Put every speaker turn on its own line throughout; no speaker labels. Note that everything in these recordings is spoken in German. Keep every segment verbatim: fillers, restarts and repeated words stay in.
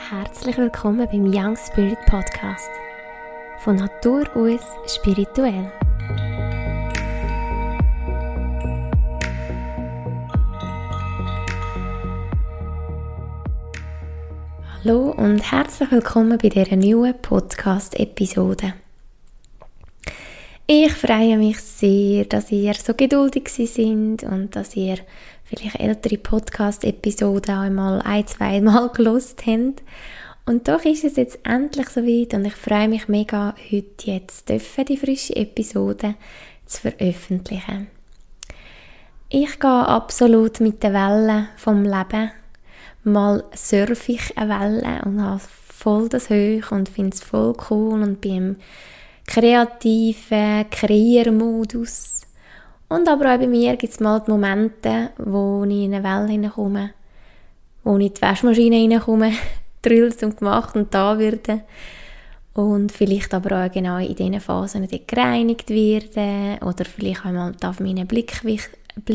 Herzlich willkommen beim Young Spirit Podcast. Von Natur aus spirituell. Hallo und herzlich willkommen bei dieser neuen Podcast-Episode. Ich freue mich sehr, dass ihr so geduldig seid und dass ihr vielleicht ältere Podcast-Episoden einmal ein-, zweimal gehört habt. Und doch ist es jetzt endlich soweit und ich freue mich mega, heute jetzt dürfen die frische Episode zu veröffentlichen. Ich gehe absolut mit den Wellen vom Leben. Mal surfe ich eine Welle und habe voll das Hoch und finde es voll cool und bin im kreativen Kreiermodus. Und aber auch bei mir gibt es mal die Momente, wo ich in eine Welle hineinkomme, wo ich in die Waschmaschine hineinkomme, drüllt und gemacht und da werde. Und vielleicht aber auch genau in diesen Phasen dort gereinigt werden oder vielleicht einmal darf meinen Blickwinkel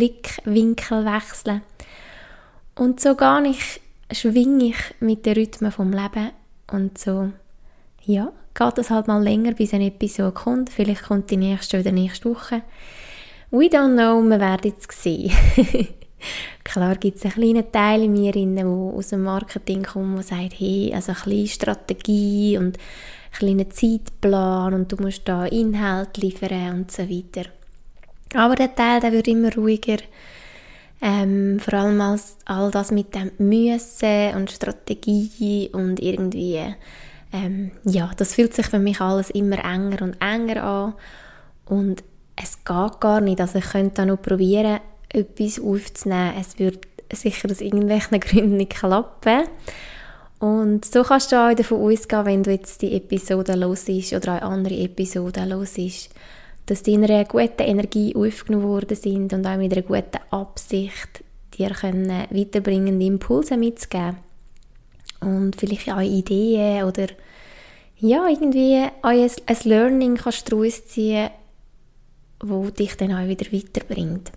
wechseln. Und so gar nicht schwinge ich mit den Rhythmen vom Leben und so, ja, geht es halt mal länger, bis eine Episode kommt. Vielleicht kommt die nächste oder nächste Woche. We don't know, wir werden es sehen. Klar gibt es einen kleinen Teil in mir, der aus dem Marketing kommt, der sagt, hey, also eine kleine Strategie und einen kleinen Zeitplan und du musst da Inhalt liefern und so weiter. Aber der Teil, der wird immer ruhiger. Ähm, vor allem als all das mit dem Müssen und Strategie und irgendwie, ähm, ja, das fühlt sich für mich alles immer enger und enger an und es geht gar nicht, also ich könnte da noch probieren, etwas aufzunehmen, es würde sicher aus irgendwelchen Gründen nicht klappen und so kannst du auch davon ausgehen, wenn du jetzt die Episode hörst oder auch andere Episoden hörst, dass die in einer guten Energie aufgenommen worden sind und auch mit einer guten Absicht dir können weiterbringende Impulse mitzugeben. Und vielleicht auch Ideen oder ja, irgendwie auch ein, ein Learning kannst du daraus ziehen, das dich dann auch wieder weiterbringt.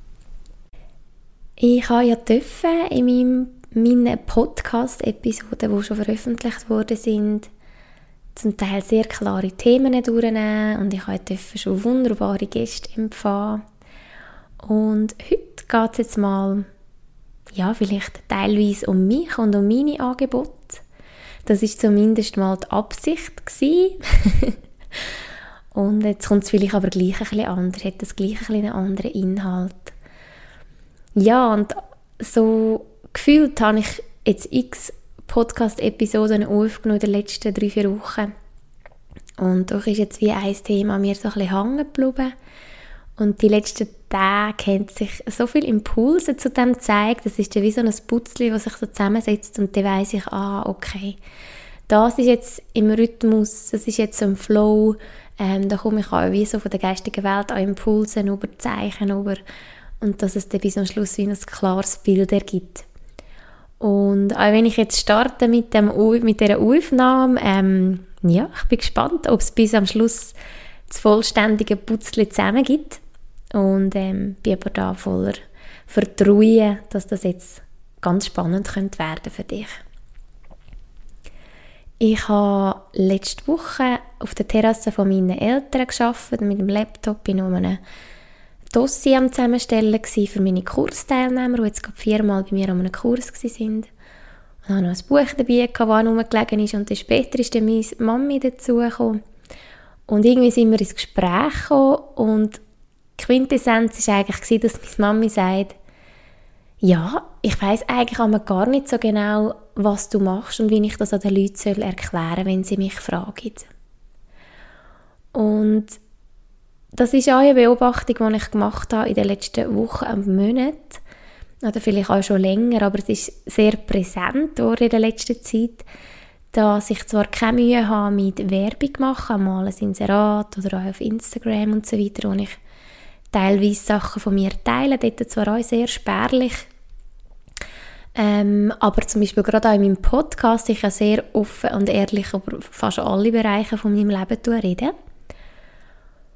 Ich habe ja dürfen in meinem, meinen Podcast-Episoden, die schon veröffentlicht worden sind, zum Teil sehr klare Themen durchnehmen und ich durfte schon wunderbare Gäste empfangen. Und heute geht es jetzt mal, ja, vielleicht teilweise um mich und um meine Angebote. Das war zumindest mal die Absicht gewesen. Und jetzt kommt es vielleicht aber gleich ein bisschen anders, hat das gleich ein bisschen einen anderen Inhalt. Ja, und so gefühlt habe ich jetzt x Podcast-Episoden aufgenommen in den letzten drei, vier Wochen. Und doch ist jetzt wie ein Thema mir so ein bisschen hängen geblieben. Und die letzten Tage haben sich so viele Impulse zu dem gezeigt. Das ist dann wie so ein Putzli, das sich so zusammensetzt und dann weiss ich, ah, okay, das ist jetzt im Rhythmus, das ist jetzt so im Flow. Ähm, da komme ich auch wie so von der geistigen Welt an Impulse über, Zeichen über. Und dass es dann bis am Schluss wie ein klares Bild ergibt. Und auch wenn ich jetzt starte mit, dem, mit dieser Aufnahme, ähm, ja, ich bin gespannt, ob es bis am Schluss das vollständige Putzli zusammen gibt. Und ähm, bin aber da voller Vertrauen, dass das jetzt ganz spannend könnte werden für dich. Ich habe letzte Woche auf der Terrasse von meinen Eltern gearbeitet, mit dem Laptop in einem Dossier am Zusammenstellen für meine Kursteilnehmer, die jetzt gerade viermal bei mir an einem Kurs waren. Und ich hatte noch ein Buch dabei, das rumgelegen ist. Und dann später ist dann meine Mami dazugekommen. Und irgendwie sind wir ins Gespräch gekommen. Und die Quintessenz war eigentlich, dass meine Mami sagt, ja, ich weiss eigentlich einmal gar nicht so genau, was du machst und wie ich das an den Leuten erklären soll, wenn sie mich fragen. Und das ist auch eine Beobachtung, die ich gemacht habe in den letzten Wochen und Monaten. Oder vielleicht auch schon länger, aber es ist sehr präsent in der letzten Zeit, dass ich zwar keine Mühe habe mit Werbung machen, mal ein Inserat oder auch auf Instagram und so weiter, wo ich teilweise Sachen von mir teile, dort zwar auch sehr spärlich, ähm, aber zum Beispiel gerade auch in meinem Podcast, ich ja sehr offen und ehrlich über fast alle Bereiche von meinem Leben rede.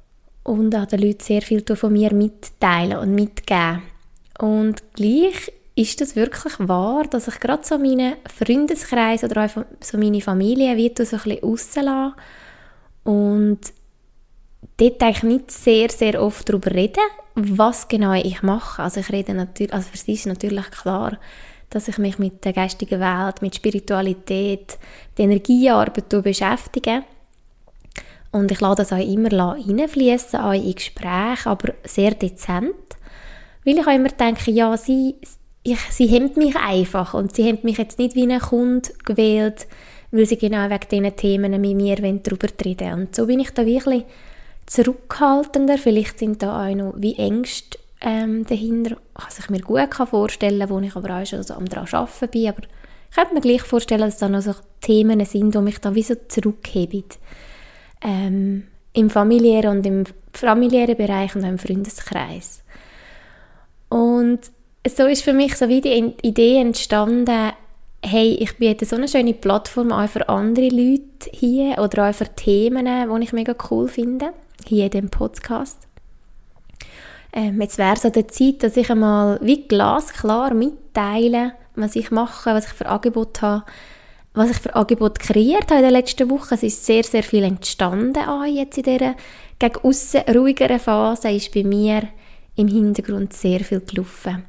Und auch den Leuten sehr viel von mir mitteilen und mitgeben. Und gleich ist das wirklich wahr, dass ich gerade so meinen Freundeskreis oder auch so meine Familie wie so ein bisschen rauslasse und dort eigentlich nicht sehr, sehr oft darüber reden, was genau ich mache. Also ich rede natürlich, also für sie ist natürlich klar, dass ich mich mit der geistigen Welt, mit Spiritualität, der Energiearbeit beschäftige. Und ich lasse das auch immer reinfließen, auch in Gespräche, aber sehr dezent. Weil ich auch immer denke, ja, sie, ich, sie hemmt mich einfach und sie hemmt mich jetzt nicht wie einen Kunde gewählt, weil sie genau wegen diesen Themen mit mir darüber reden wollen. Und so bin ich da wirklich zurückhaltender. Vielleicht sind da auch noch wie Ängste ähm, dahinter, was ich mir gut kann vorstellen kann, wo ich aber auch schon so am daran arbeiten bin. Aber ich könnte mir gleich vorstellen, dass da noch so Themen sind, die mich da wie so zurückheben. Ähm, im familiären und im familiären Bereich und auch im Freundeskreis. Und so ist für mich so wie die Idee entstanden, hey, ich biete so eine schöne Plattform auch für andere Leute hier oder auch für Themen, die ich mega cool finde, hier in diesem Podcast. Ähm, jetzt wäre so die Zeit, dass ich einmal wie glasklar mitteile, was ich mache, was ich für Angebote habe, was ich für Angebote kreiert habe in den letzten Wochen. Es ist sehr, sehr viel entstanden auch jetzt in dieser gegen aussen ruhigeren Phase, ist bei mir im Hintergrund sehr viel gelaufen.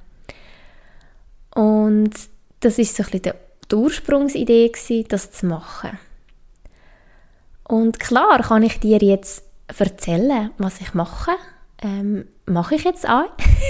Und das ist so ein bisschen die Ursprungsidee gewesen, das zu machen. Und klar kann ich dir jetzt erzählen, was ich mache. Ähm, mache ich jetzt auch.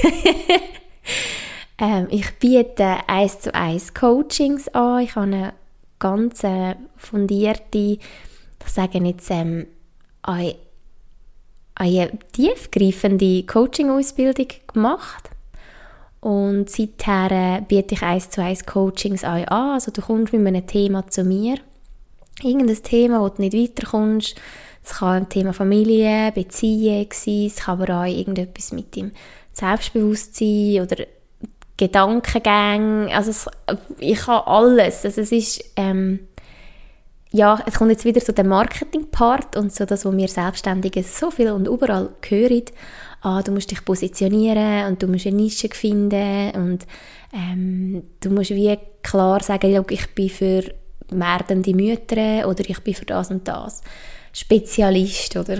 ähm, ich biete eins zu eins Coachings an. Ich habe eine ganz äh, fundierte, ich sage jetzt, ähm, eine, eine tiefgreifende Coaching-Ausbildung gemacht. Und seither äh, biete ich eins zu eins Coachings auch an. Also du kommst mit einem Thema zu mir. Irgendein Thema, wo du nicht weiterkommst. Es kann ein Thema Familie, Beziehung sein. Es kann aber auch irgendetwas mit dem Selbstbewusstsein oder Gedankengänge. Also es, ich habe alles. Also es ist, ähm, ja, es kommt jetzt wieder so der Marketing-Part und so das, was wir Selbstständigen so viel und überall hören. Ah, du musst dich positionieren und du musst eine Nische finden und ähm, du musst wie klar sagen, ich bin für werdende Mütter oder ich bin für das und das Spezialist, oder?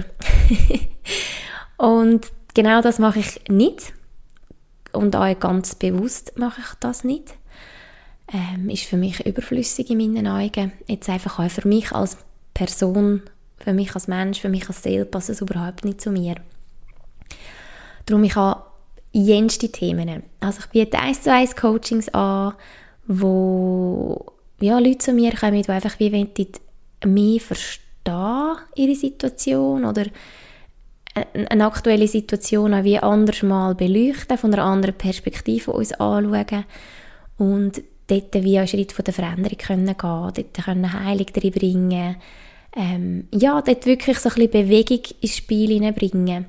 Und genau das mache ich nicht und auch ganz bewusst mache ich das nicht. Ähm, ist für mich überflüssig in meinen Augen. Jetzt einfach auch für mich als Person, für mich als Mensch, für mich als Seele passt es überhaupt nicht zu mir. Darum, ich habe jenste Themen. Also ich biete eins zu eins Coachings an, wo ja, Leute zu mir kommen, die einfach wie wollen, mehr verstehen, ihre Situation oder eine aktuelle Situation auch wie anders mal beleuchten, von einer anderen Perspektive uns anschauen und dort wie einen Schritt von der Veränderung können gehen, dort können Heilung drin bringen, ähm, ja, dort wirklich so ein bisschen Bewegung ins Spiel hineinbringen.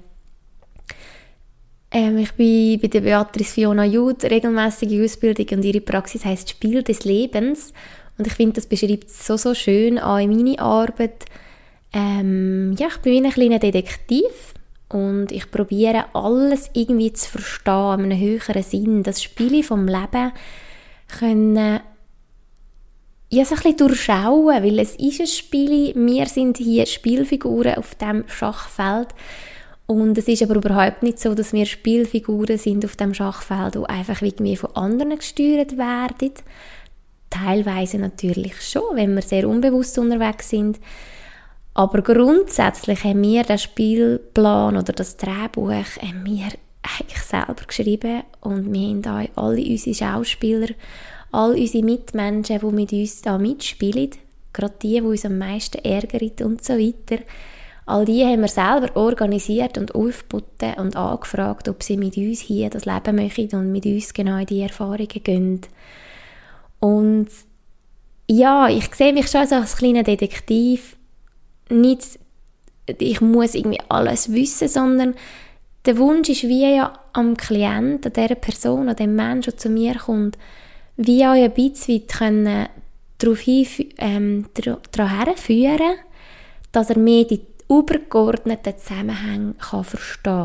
Ähm, ich bin bei der Beatrice Fiona Jud, regelmäßige Ausbildung und ihre Praxis heisst Spiel des Lebens und ich finde, das beschreibt so, so schön auch in meine Arbeit. Ähm, ja, ich bin wie ein kleiner Detektiv und ich probiere alles irgendwie zu verstehen, in einem höheren Sinn, das Spiel vom Leben können ja, so ein bisschen durchschauen, weil es ist ein Spiel, wir sind hier Spielfiguren auf diesem Schachfeld. Und es ist aber überhaupt nicht so, dass wir Spielfiguren sind auf dem Schachfeld, die einfach irgendwie von anderen gesteuert werden. Teilweise natürlich schon, wenn wir sehr unbewusst unterwegs sind. Aber grundsätzlich haben wir den Spielplan oder das Drehbuch haben wir eigentlich selber geschrieben. Und wir haben auch alle unsere Schauspieler, all unsere Mitmenschen, die mit uns da mitspielen, gerade die, die uns am meisten ärgern und so weiter. All die haben wir selber organisiert und aufgeboten und angefragt, ob sie mit uns hier das Leben möchten und mit uns genau die Erfahrungen gehen. Und ja, ich sehe mich schon als kleiner Detektiv. Nicht, ich muss irgendwie alles wissen, sondern der Wunsch ist wie ja am Klient, an dieser Person, an dem Menschen, der zu mir kommt, wie auch ein bisschen können darauf hinf- ähm, daran herführen, dass er mehr die übergeordneten Zusammenhänge kann verstehen kann.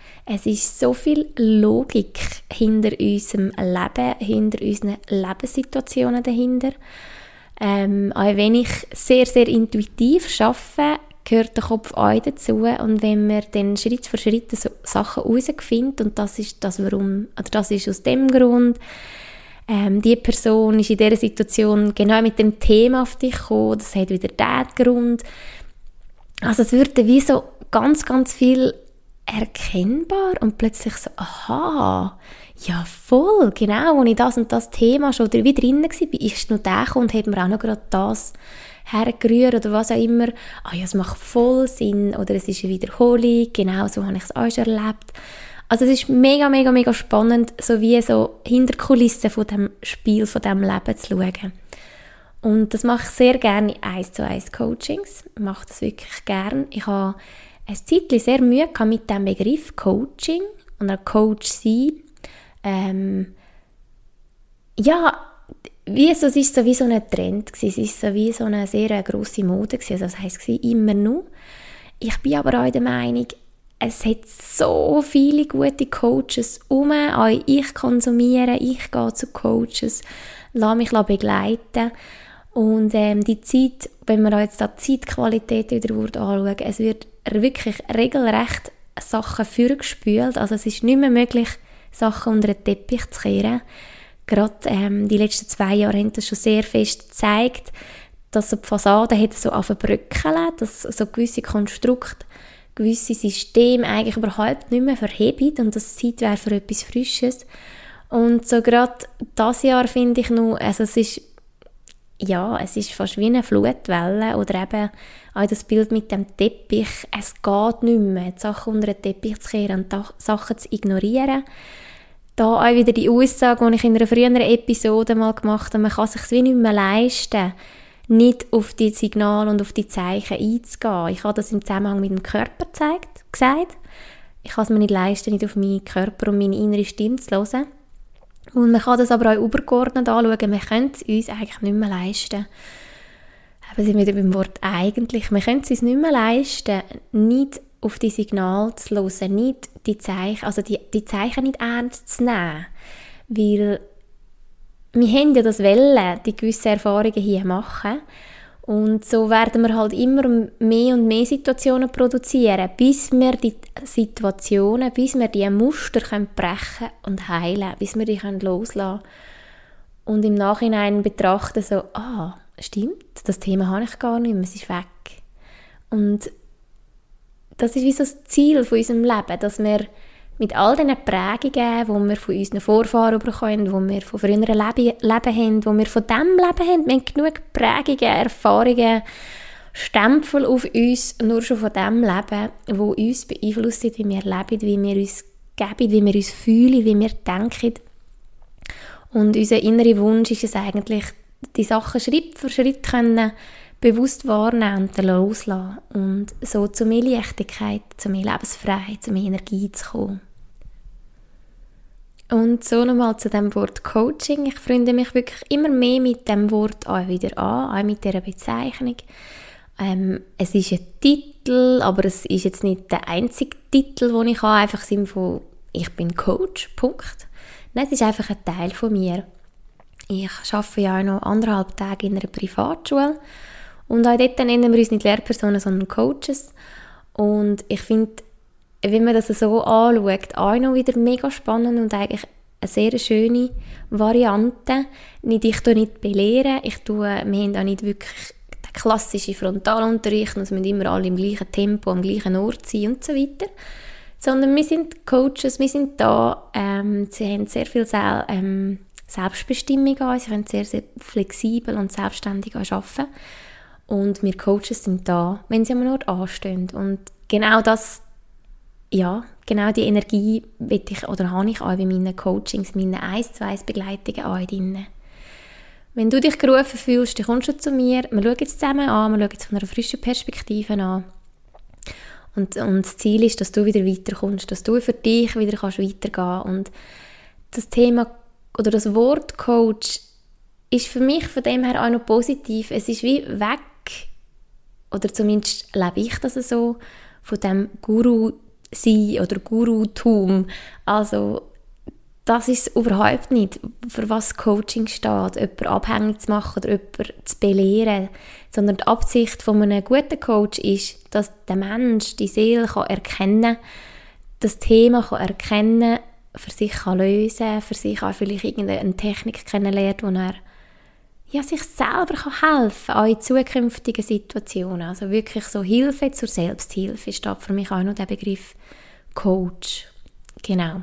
Es ist so viel Logik hinter unserem Leben, hinter unseren Lebenssituationen dahinter. Ähm, auch wenn ich sehr, sehr intuitiv arbeite, gehört der Kopf auch dazu. Und wenn man dann Schritt für Schritt so Sachen herausfindet, und das ist das Warum, oder das ist aus dem Grund, ähm, die Person ist in dieser Situation genau mit dem Thema auf dich gekommen, das hat wieder diesen Grund. Also es wird wie so ganz, ganz viel erkennbar und plötzlich so, aha, ja voll, genau, als ich das und das Thema schon wieder drin war, ist noch der gekommen und hat mir auch noch gerade das hergerührt oder was auch immer. Ah ja, es macht voll Sinn oder es ist eine Wiederholung, genau so habe ich es auch schon erlebt. Also es ist mega, mega, mega spannend, so wie so hinter die Kulissen von dem Spiel, von dem Leben zu schauen. Und das mache ich sehr gerne in eins zu eins Coachings. Ich mache das wirklich gerne. Ich habe ein Zeitchen sehr Mühe gehabt mit dem Begriff Coaching und auch Coach sein. Ähm, ja, wie so, es ist so wie so ein Trend gewesen. Es ist so wie so eine sehr grosse Mode gewesen. Also das heisst immer nur. Ich bin aber auch der Meinung, es hat so viele gute Coaches um. Auch ich konsumiere, ich gehe zu Coaches, lasse mich begleiten. Und ähm, die Zeit, wenn wir jetzt da die Zeitqualität wieder anschauen, es wird wirklich regelrecht Sachen vorgespült. Also es ist nicht mehr möglich, Sachen unter den Teppich zu kehren. Gerade ähm, die letzten zwei Jahre haben das schon sehr fest gezeigt, dass so die Fassade hat so angebröckeln, dass so gewisse Konstrukte, gewisse Systeme eigentlich überhaupt nicht mehr verheben und das Zeit wäre für etwas Frisches. Und so gerade dieses Jahr finde ich noch, also es ist ja, es ist fast wie eine Flutwelle oder eben auch das Bild mit dem Teppich. Es geht nicht mehr, die Sachen unter den Teppich zu kehren und die Sachen zu ignorieren. Da auch wieder die Aussage, die ich in einer früheren Episode mal gemacht habe, man kann es sich wie nicht mehr leisten, nicht auf die Signale und auf die Zeichen einzugehen. Ich habe das im Zusammenhang mit dem Körper gezeigt, gesagt. Ich kann es mir nicht leisten, nicht auf meinen Körper und meine innere Stimme zu hören. Und man kann das aber auch übergeordnet anschauen. Wir können es uns eigentlich nicht mehr leisten. Eben sind wir wieder beim Wort eigentlich. Wir können es uns nicht mehr leisten, nicht auf die Signale zu hören, nicht die Zeichen, also die, die Zeichen nicht ernst zu nehmen. Weil wir haben ja das Wollen, die gewissen Erfahrungen hier machen. Und so werden wir halt immer mehr und mehr Situationen produzieren, bis wir die Situationen, bis wir die Muster können brechen und heilen, bis wir die können loslassen und im Nachhinein betrachten, so, ah, stimmt, das Thema habe ich gar nicht mehr, es ist weg. Und das ist wie so das Ziel von unserem Leben, dass wir mit all diesen Prägungen, die wir von unseren Vorfahren bekommen, die wir von früheren Leben, Leben haben, die wir von diesem Leben haben, wir haben genug Prägungen, Erfahrungen, Stempel auf uns, nur schon von diesem Leben, die uns beeinflussen, wie wir leben, wie wir uns geben, wie wir uns fühlen, wie wir denken. Und unser innerer Wunsch ist es eigentlich, die Sachen Schritt für Schritt können bewusst wahrnehmen und loslassen und so zu mehr Leichtigkeit, zu mehr Lebensfreiheit, zu mehr Energie zu kommen. Und so nochmal zu dem Wort Coaching. Ich freunde mich wirklich immer mehr mit dem Wort auch wieder an, auch mit dieser Bezeichnung. Ähm, es ist ein Titel, aber es ist jetzt nicht der einzige Titel, den ich habe, einfach im Sinne von «Ich bin Coach», Punkt. Nein, es ist einfach ein Teil von mir. Ich arbeite ja auch noch anderthalb Tage in einer Privatschule. Und auch dort nennen wir uns nicht Lehrpersonen, sondern Coaches. Und ich finde, wenn man das so anschaut, auch noch wieder mega spannend und eigentlich eine sehr schöne Variante. Nicht, ich tue nicht belehren, ich tue, wir haben auch nicht wirklich den klassischen Frontalunterricht, es müssen immer alle im gleichen Tempo, am gleichen Ort sein und so weiter. Sondern wir sind Coaches, wir sind da, ähm, sie haben sehr viel Sel- ähm, Selbstbestimmung an, sie können sehr, sehr flexibel und selbstständig arbeiten. Und wir Coaches sind da, wenn sie am Ort anstehen. Und genau das, ja, genau die Energie will ich, oder habe ich auch bei meinen Coachings, meinen eins zu eins Begleitungen auch drin. Wenn du dich gerufen fühlst, dann kommst du zu mir, wir schauen es zusammen an, wir schauen es von einer frischen Perspektive an. Und, und das Ziel ist, dass du wieder weiterkommst, dass du für dich wieder kannst weitergehen. Und das Thema oder das Wort Coach ist für mich von dem her auch noch positiv. Es ist wie weg, oder zumindest lebe ich das so, von dem Guru sein oder Gurutum. Also das ist es überhaupt nicht, für was Coaching steht, jemanden abhängig zu machen oder jemanden zu belehren. Sondern die Absicht von einem guten Coach ist, dass der Mensch die Seele kann erkennen kann, das Thema kann erkennen, für sich kann lösen, für sich auch vielleicht irgendeine Technik kennenlernt, wo er ja, sich selber kann helfen kann, auch in zukünftigen Situationen. Also wirklich so Hilfe zur Selbsthilfe steht für mich auch noch der Begriff Coach. Genau.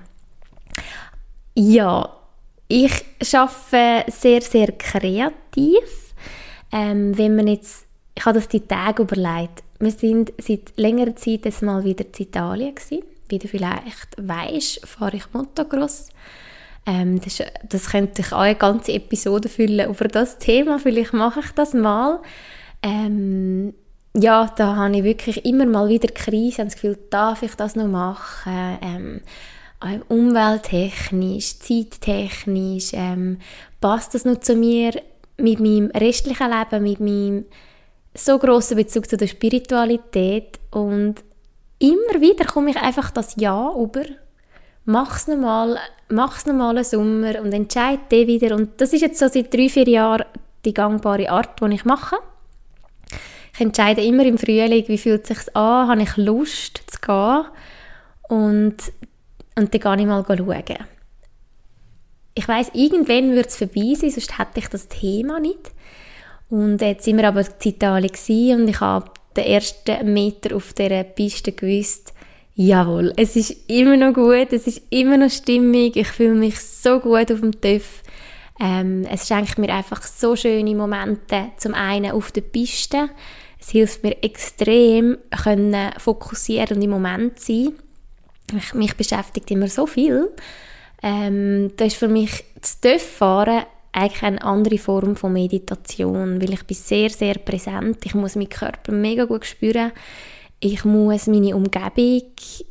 Ja, ich arbeite sehr, sehr kreativ. Ähm, wenn man jetzt, ich habe das die Tage überlegt, wir sind seit längerer Zeit jetzt mal wieder in Italien gewesen. Wie du vielleicht weisst, fahre ich Motocross. Ähm, das, das könnte ich auch eine ganze Episode füllen über das Thema. Vielleicht mache ich das mal. Ähm, ja, da habe ich wirklich immer mal wieder Krise. Ich habe das Gefühl, darf ich das noch machen? Ähm, umwelttechnisch, zeittechnisch, ähm, passt das noch zu mir mit meinem restlichen Leben, mit meinem so grossen Bezug zu der Spiritualität. Und immer wieder komme ich einfach das Ja über, mach's nochmal, mach's nochmal einen Sommer und entscheide den wieder. Und das ist jetzt so seit drei, vier Jahren die gangbare Art, die ich mache. Ich entscheide immer im Frühling, wie fühlt es sich an, habe ich Lust zu gehen und Und dann gehe ich mal schauen. Ich weiss, irgendwann wird es vorbei sein, sonst hätte ich das Thema nicht. Und jetzt sind wir aber in Italien und ich habe den ersten Meter auf dieser Piste gewusst, jawohl, es ist immer noch gut, es ist immer noch stimmig, ich fühle mich so gut auf dem TÜV. Ähm, es schenkt mir einfach so schöne Momente, zum einen auf der Piste. Es hilft mir extrem, können fokussieren und im Moment sein. Mich, mich beschäftigt immer so viel. Ähm, das ist für mich das TÜV-Fahren eigentlich eine andere Form von Meditation, weil ich bin sehr, sehr präsent. Ich muss meinen Körper mega gut spüren. Ich muss meine Umgebung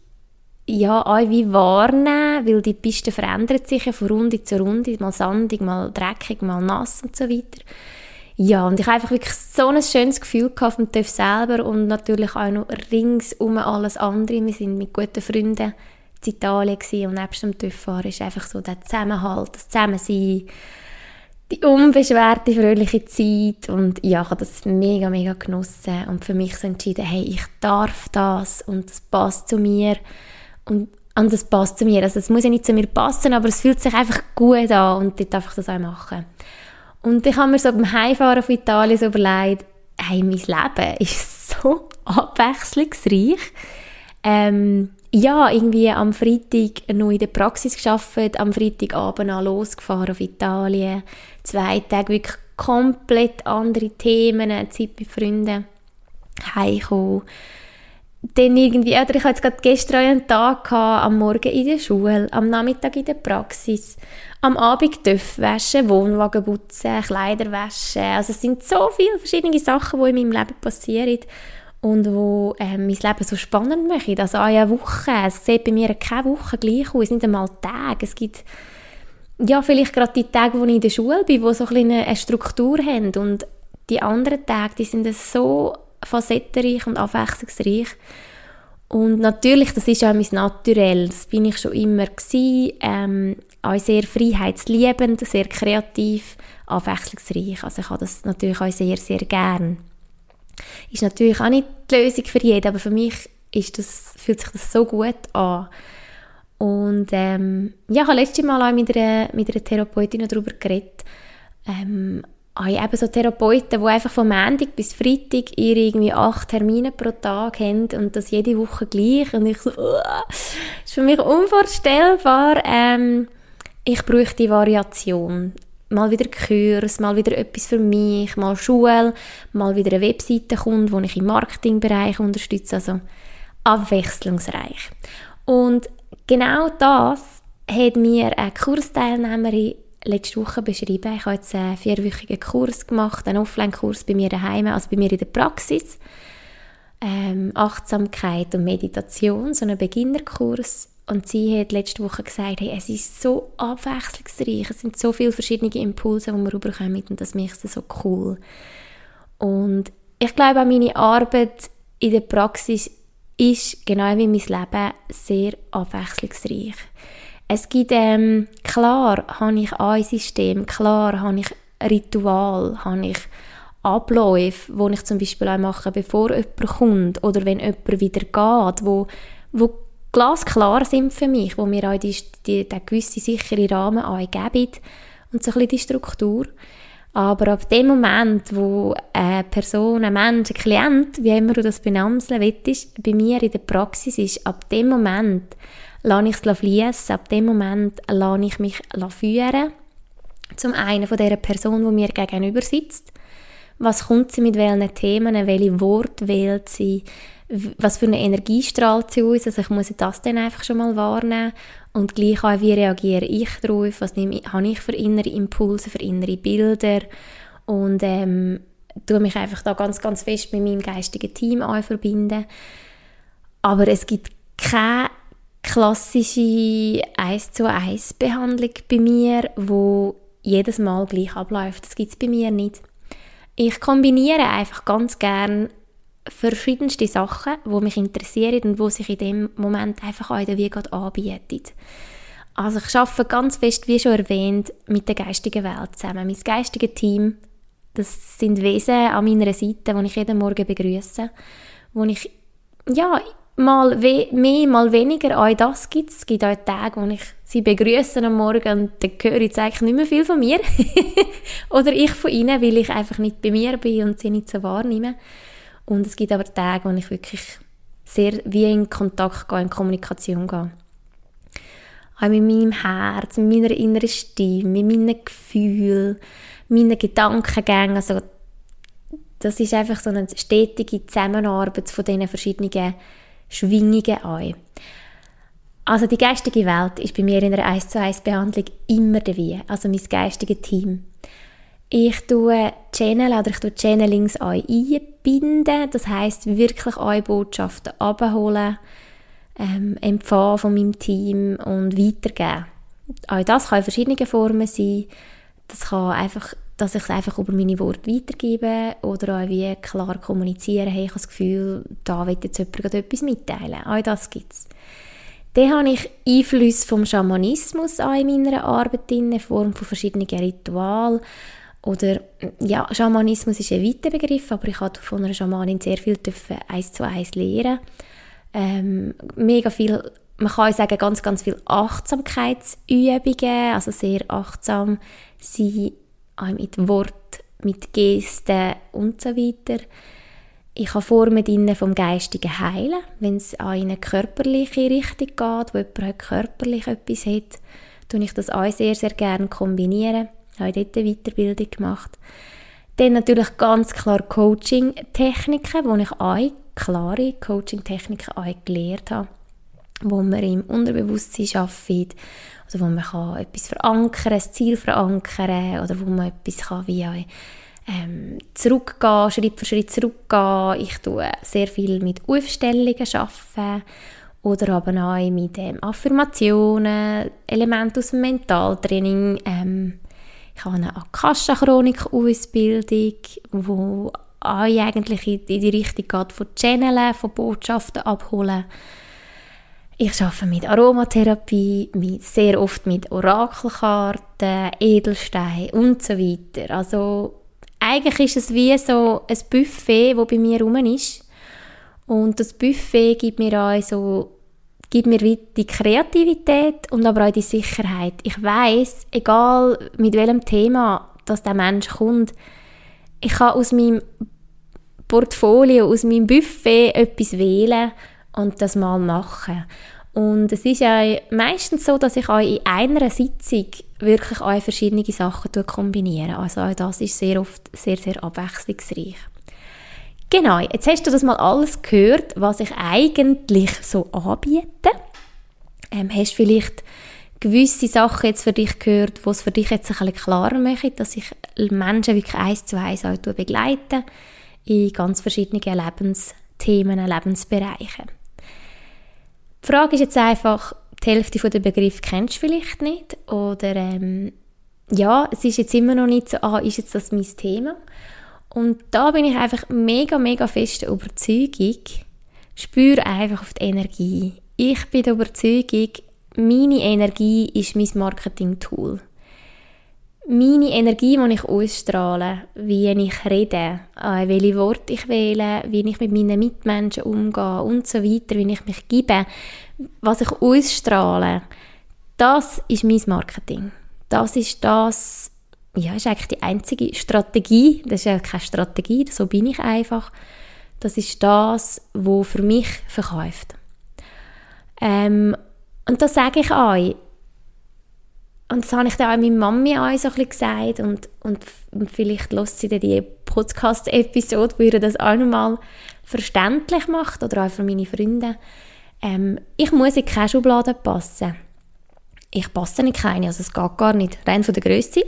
ja auch wie wahrnehmen, weil die Piste verändert sich ja von Runde zu Runde, mal sandig, mal dreckig, mal nass und so weiter. Ja, und ich habe einfach wirklich so ein schönes Gefühl gehabt vom TÜV selber und natürlich auch noch ringsum alles andere. Wir sind mit guten Freunden in Italien gewesen und nebst dem TÜV-Fahren ist einfach so der Zusammenhalt, das Zusammensein, die unbeschwerte, fröhliche Zeit und ja, ich habe das mega, mega genossen und für mich so entschieden, hey, ich darf das und das passt zu mir und, und das passt zu mir. Also es muss ja nicht zu mir passen, aber es fühlt sich einfach gut an und dort darf ich das auch machen. Und ich habe mir so beim Heimfahren von Italien so überlegt, hey, mein Leben ist so abwechslungsreich. Ähm, ja, irgendwie am Freitag noch in der Praxis gearbeitet, am Freitagabend auch losgefahren auf Italien. Zwei Tage wirklich komplett andere Themen, Zeit mit Freunden, heimgekommen. Dann irgendwie, oder ich hatte jetzt gerade gestern einen Tag gehabt, am Morgen in der Schule, am Nachmittag in der Praxis, am Abend Töpfe waschen, Wohnwagen putzen, Kleider waschen. Also es sind so viele verschiedene Sachen, die in meinem Leben passieren und die äh, mein Leben so spannend machen. Also eine Woche, es sieht bei mir keine Woche gleich aus, nicht einmal Tage. Es gibt ja vielleicht gerade die Tage, wo ich in der Schule bin, die so ein eine Struktur haben und die anderen Tage, die sind so facettenreich und abwechslungsreich. Und natürlich, das ist auch mein Naturell, das bin ich schon immer gewesen, ähm, auch sehr freiheitsliebend, sehr kreativ, abwechslungsreich. Also ich habe das natürlich auch sehr, sehr gern. Ist natürlich auch nicht die Lösung für jeden, aber für mich ist das, fühlt sich das so gut an. Und ähm, ja, ich habe letztes Mal auch mit einer, mit einer Therapeutin darüber geredet, ähm, habe ich eben so Therapeuten, die einfach von Montag bis Freitag ihre irgendwie acht Termine pro Tag haben und das jede Woche gleich. Und ich so, uh, das ist für mich unvorstellbar. Ähm, ich bräuchte die Variation. Mal wieder Kurs, mal wieder etwas für mich, mal Schule, mal wieder eine Webseite kommt, die ich im Marketingbereich unterstütze. Also abwechslungsreich. Und genau das hat mir eine Kursteilnehmerin letzte Woche beschrieben. Ich habe jetzt einen vierwöchigen Kurs gemacht, einen Offline-Kurs bei mir daheim, also bei mir in der Praxis. Ähm, Achtsamkeit und Meditation, so einen Beginnerkurs. Und sie hat letzte Woche gesagt, hey, es ist so abwechslungsreich, es sind so viele verschiedene Impulse, die wir rüberkommen und das macht es so cool. Und ich glaube, auch meine Arbeit in der Praxis ist, genau wie mein Leben, sehr abwechslungsreich. Es gibt, ähm, klar habe ich ein System, klar habe ich Ritual, habe ich Abläufe, die ich zum Beispiel auch mache, bevor jemand kommt oder wenn jemand wieder geht, wo, wo glasklar sind für mich, wo mir auch die, die, den gewissen sicheren Rahmen auch geben und so ein bisschen die Struktur. Aber ab dem Moment, wo eine Person, ein Mensch, ein Klient, wie immer du das benamseln willst, bei mir in der Praxis ist, ab dem Moment lasse ich es fliessen, ab dem Moment lasse ich mich führen. Zum einen von dieser Person, die mir gegenüber sitzt. Was kommt sie mit welchen Themen, welche Worte wählt sie, was für eine Energie strahlt sie aus. Also ich muss das dann einfach schon mal wahrnehmen. Und gleich auch, wie reagiere ich darauf, was nehme ich, habe ich für innere Impulse, für innere Bilder. Und ähm, tue mich einfach da ganz, ganz fest mit meinem geistigen Team auch verbinden. Aber es gibt keine klassische eins zu eins Behandlung bei mir, wo jedes Mal gleich abläuft. Das gibt es bei mir nicht. Ich kombiniere einfach ganz gern verschiedenste Sachen, die mich interessieren und die sich in dem Moment einfach auch in der Wie gerade anbieten. Also ich arbeite ganz fest, wie schon erwähnt, mit der geistigen Welt zusammen. Mein geistiges Team, das sind Wesen an meiner Seite, die ich jeden Morgen begrüße, wo ich, ja, mal we- mehr, mal weniger, auch das gibt es. Es gibt auch Tage, wo ich sie begrüße am Morgen und dann höre ich eigentlich nicht mehr viel von mir. Oder ich von ihnen, weil ich einfach nicht bei mir bin und sie nicht so wahrnehme. Und es gibt aber Tage, wo ich wirklich sehr wie in Kontakt gehe, in Kommunikation gehe. Auch mit meinem Herz, mit meiner inneren Stimme, mit meinen Gefühlen, meinen Gedankengängen. Also, das ist einfach so eine stetige Zusammenarbeit von diesen verschiedenen Schwingungen an. Also die geistige Welt ist bei mir in einer eins zu eins Behandlung immer der Wie, also mein geistiges Team. Ich tue Channel oder ich tue Channelings auch einbinden, das heisst wirklich auch Botschaften abholen, ähm, empfangen von meinem Team und weitergeben. Auch das kann in verschiedenen Formen sein. Das kann einfach, dass ich es einfach über meine Worte weitergebe oder auch wie klar kommunizieren, hey, ich habe das Gefühl, da will jetzt jemand gerade etwas mitteilen. Auch das gibt es. Dann habe ich Einflüsse vom Schamanismus auch in meiner Arbeit in Form von verschiedenen Ritualen. Oder, ja, Schamanismus ist ein weiter Begriff, aber ich durfte von einer Schamanin sehr viel eins zu eins lernen. Ähm, mega viel, man kann sagen, ganz, ganz viele Achtsamkeitsübungen, also sehr achtsam sein, auch mit Wort, mit Gesten und so weiter. Ich habe Formen drin vom geistigen Heilen, wenn es auch in eine körperliche Richtung geht, wo jemand körperlich etwas hat, tue ich das auch sehr, sehr gerne kombinieren. Ich habe dort eine Weiterbildung gemacht. Dann natürlich ganz klar Coaching-Techniken, wo ich auch klare Coaching-Techniken auch gelernt habe, wo man im Unterbewusstsein arbeitet, also wo man kann etwas verankern, ein Ziel verankern oder wo man etwas kann wie auch ähm, zurückgehen, Schritt für Schritt zurückgehen. Ich tue sehr viel mit Aufstellungen arbeiten oder aber auch mit ähm, Affirmationen, Elemente aus dem Mentaltraining. Ähm, ich habe eine Akasha-Chronik-Ausbildung, die auch eigentlich in die Richtung geht, von Channeln, von Botschaften abholen. Ich arbeite mit Aromatherapie, mit, sehr oft mit Orakelkarten, Edelsteinen und so weiter. Also eigentlich ist es wie so ein Buffet, das bei mir rum ist. Und das Buffet gibt mir auch so, gibt mir die Kreativität und aber auch die Sicherheit. Ich weiss, egal mit welchem Thema dass der Mensch kommt, ich kann aus meinem Portfolio, aus meinem Buffet etwas wählen und das mal machen. Und es ist ja meistens so, dass ich auch in einer Sitzung wirklich auch verschiedene Sachen kombiniere. Also auch das ist sehr oft sehr, sehr abwechslungsreich. Genau, jetzt hast du das mal alles gehört, was ich eigentlich so anbiete. Ähm, hast vielleicht gewisse Sachen jetzt für dich gehört, die es für dich jetzt ein bisschen klarer machen, dass ich Menschen wirklich eins zu eins auch begleite in ganz verschiedenen Lebensthemen, Lebensbereichen. Die Frage ist jetzt einfach, die Hälfte der Begriffe kennst du vielleicht nicht oder ähm, ja, es ist jetzt immer noch nicht so, ah, ist jetzt das mein Thema? Und da bin ich einfach mega, mega fest der Überzeugung, spüre einfach auf die Energie. Ich bin der Überzeugung, meine Energie ist mein Marketing-Tool. Meine Energie, die ich ausstrahle, wie ich rede, welche Worte ich wähle, wie ich mit meinen Mitmenschen umgehe und so weiter, wie ich mich gebe, was ich ausstrahle, das ist mein Marketing. Das ist das, ja, ist eigentlich die einzige Strategie, das ist ja keine Strategie, so bin ich einfach. Das ist das, was für mich verkauft. Ähm, und das sage ich euch. Und das habe ich dann auch meiner Mami auch so ein bisschen gesagt und, und, und vielleicht hört sie dann die Podcast-Episode, wo ihr das auch nochmal verständlich macht oder auch für meine Freunde. Ähm, ich muss in keine Schublade passen. Ich passe in keine, also es geht gar nicht, rein von der Grösse.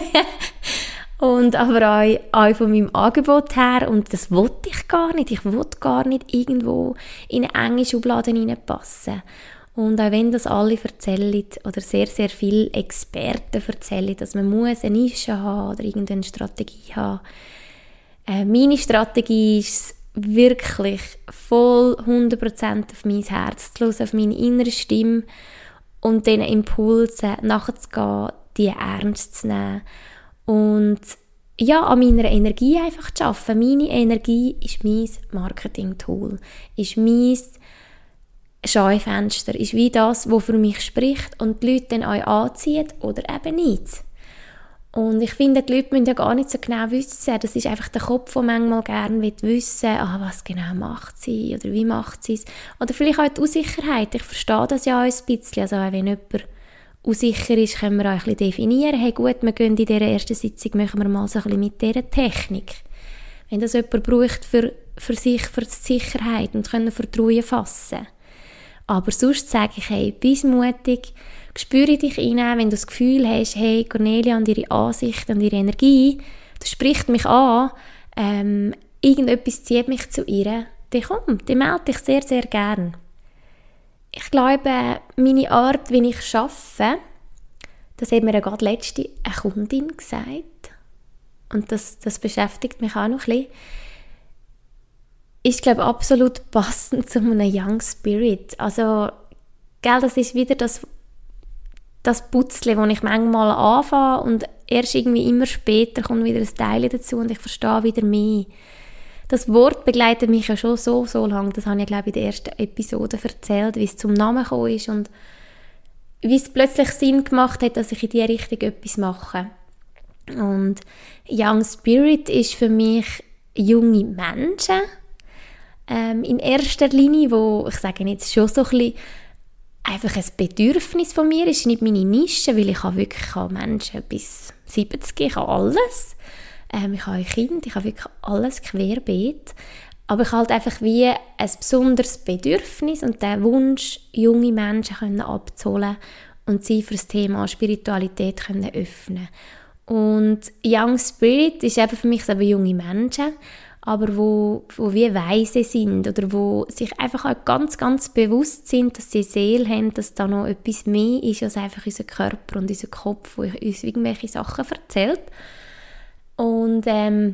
Und aber auch, auch von meinem Angebot her, und das wollte ich gar nicht. Ich wollte gar nicht irgendwo in eine enge Schublade hineinpassen. Und auch wenn das alle erzählen, oder sehr, sehr viele Experten erzählen, dass man muss eine Nische haben oder irgendeine Strategie haben. Äh, meine Strategie ist wirklich voll hundert Prozent auf mein Herz zu hören, auf meine innere Stimme und diesen Impulsen nachzugehen, die ernst zu nehmen. Und ja, an meiner Energie einfach zu arbeiten. Meine Energie ist mein Marketing-Tool, ist mein Schaufenster, ist wie das, was für mich spricht und die Leute dann euch anziehen oder eben nicht. Und ich finde, die Leute müssen ja gar nicht so genau wissen. Das ist einfach der Kopf, der manchmal gerne wissen will, ah, was genau macht sie oder wie macht sie es. Oder vielleicht auch die Unsicherheit. Ich verstehe das ja auch ein bisschen. Also wenn jemand unsicher ist, können wir auch ein bisschen definieren. Hey gut, wir gehen in dieser ersten Sitzung, machen wir mal so ein bisschen mit dieser Technik. Wenn das jemand braucht für, für sich, für die Sicherheit und können Vertrauen fassen. Aber sonst sage ich, hey, bist mutig, spüre dich rein, wenn du das Gefühl hast, hey, Cornelia und ihre Ansicht und ihre Energie, das spricht mich an, ähm, irgendetwas zieht mich zu ihr, dann komm, dann melde dich sehr, sehr gern. Ich glaube, meine Art, wie ich arbeite, das hat mir ja gerade letzte eine Kundin gesagt, und das, das beschäftigt mich auch noch ein bisschen, ist, glaube ich, absolut passend zu einem Young Spirit. Also, gell, das ist wieder das, das Putzle, das ich manchmal anfange und erst irgendwie immer später kommt wieder ein Teil dazu und ich verstehe wieder mehr. Das Wort begleitet mich ja schon so, so lange. Das habe ich, glaube ich, in der ersten Episode erzählt, wie es zum Namen gekommen ist und wie es plötzlich Sinn gemacht hat, dass ich in diese Richtung etwas mache. Und Young Spirit ist für mich junge Menschen, ähm, in erster Linie, wo, ich sage jetzt schon so ein bisschen, einfach ein Bedürfnis von mir ist, nicht meine Nische, weil ich habe wirklich ich habe Menschen bis siebzig, ich habe alles. Ähm, ich habe ein Kind, ich habe wirklich alles querbeet. Aber ich habe halt einfach wie ein besonderes Bedürfnis und den Wunsch, junge Menschen können abzuholen und sie für das Thema Spiritualität können öffnen. Und Young Spirit ist eben für mich so junge Menschen, aber wo, wo wie weise sind oder wo sich einfach auch ganz, ganz bewusst sind, dass sie eine Seele haben, dass da noch etwas mehr ist als einfach unser Körper und unser Kopf, wo uns irgendwelche Sachen erzählt. Und ähm,